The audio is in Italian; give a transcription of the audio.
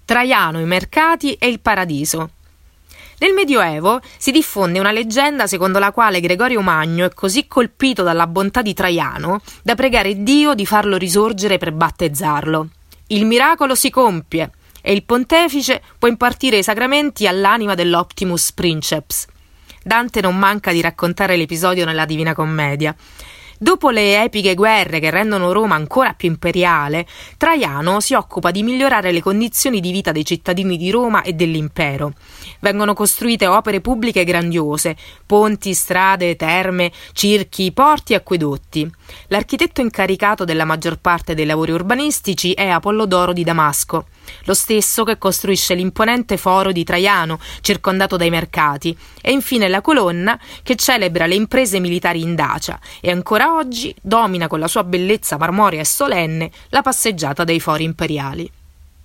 Traiano, i mercati e il paradiso. Nel Medioevo si diffonde una leggenda secondo la quale Gregorio Magno è così colpito dalla bontà di Traiano da pregare Dio di farlo risorgere per battezzarlo. Il miracolo si compie e il pontefice può impartire i sacramenti all'anima dell'Optimus Princeps. Dante non manca di raccontare l'episodio nella Divina Commedia. Dopo le epiche guerre che rendono Roma ancora più imperiale, Traiano si occupa di migliorare le condizioni di vita dei cittadini di Roma e dell'impero. Vengono costruite opere pubbliche grandiose, ponti, strade, terme, circhi, porti e acquedotti. L'architetto incaricato della maggior parte dei lavori urbanistici è Apollodoro di Damasco, lo stesso che costruisce l'imponente foro di Traiano, circondato dai mercati, e infine la colonna che celebra le imprese militari in Dacia e ancora oggi domina con la sua bellezza marmorea e solenne la passeggiata dei fori imperiali.